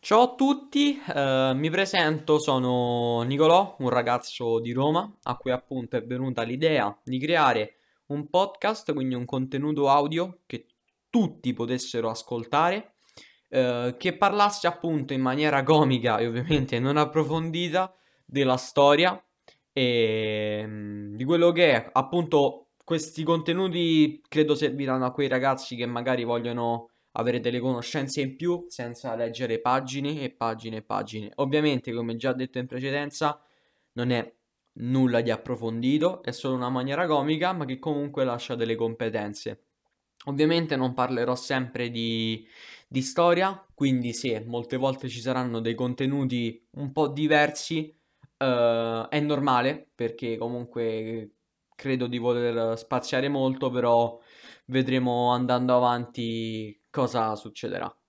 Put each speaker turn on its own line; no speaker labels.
Ciao a tutti, mi presento, sono Nicolò, un ragazzo di Roma a cui appunto è venuta l'idea di creare un podcast, quindi un contenuto audio che tutti potessero ascoltare, che parlasse appunto in maniera comica e ovviamente non approfondita della storia e di quello che è. Appunto questi contenuti credo serviranno a quei ragazzi che magari vogliono avere delle conoscenze in più senza leggere pagine e pagine e pagine. Ovviamente, come già detto in precedenza, non è nulla di approfondito, è solo una maniera comica, ma che comunque lascia delle competenze. Ovviamente non parlerò sempre di storia, quindi se molte volte ci saranno dei contenuti un po' diversi, è normale, perché comunque credo di voler spaziare molto, però vedremo andando avanti cosa succederà.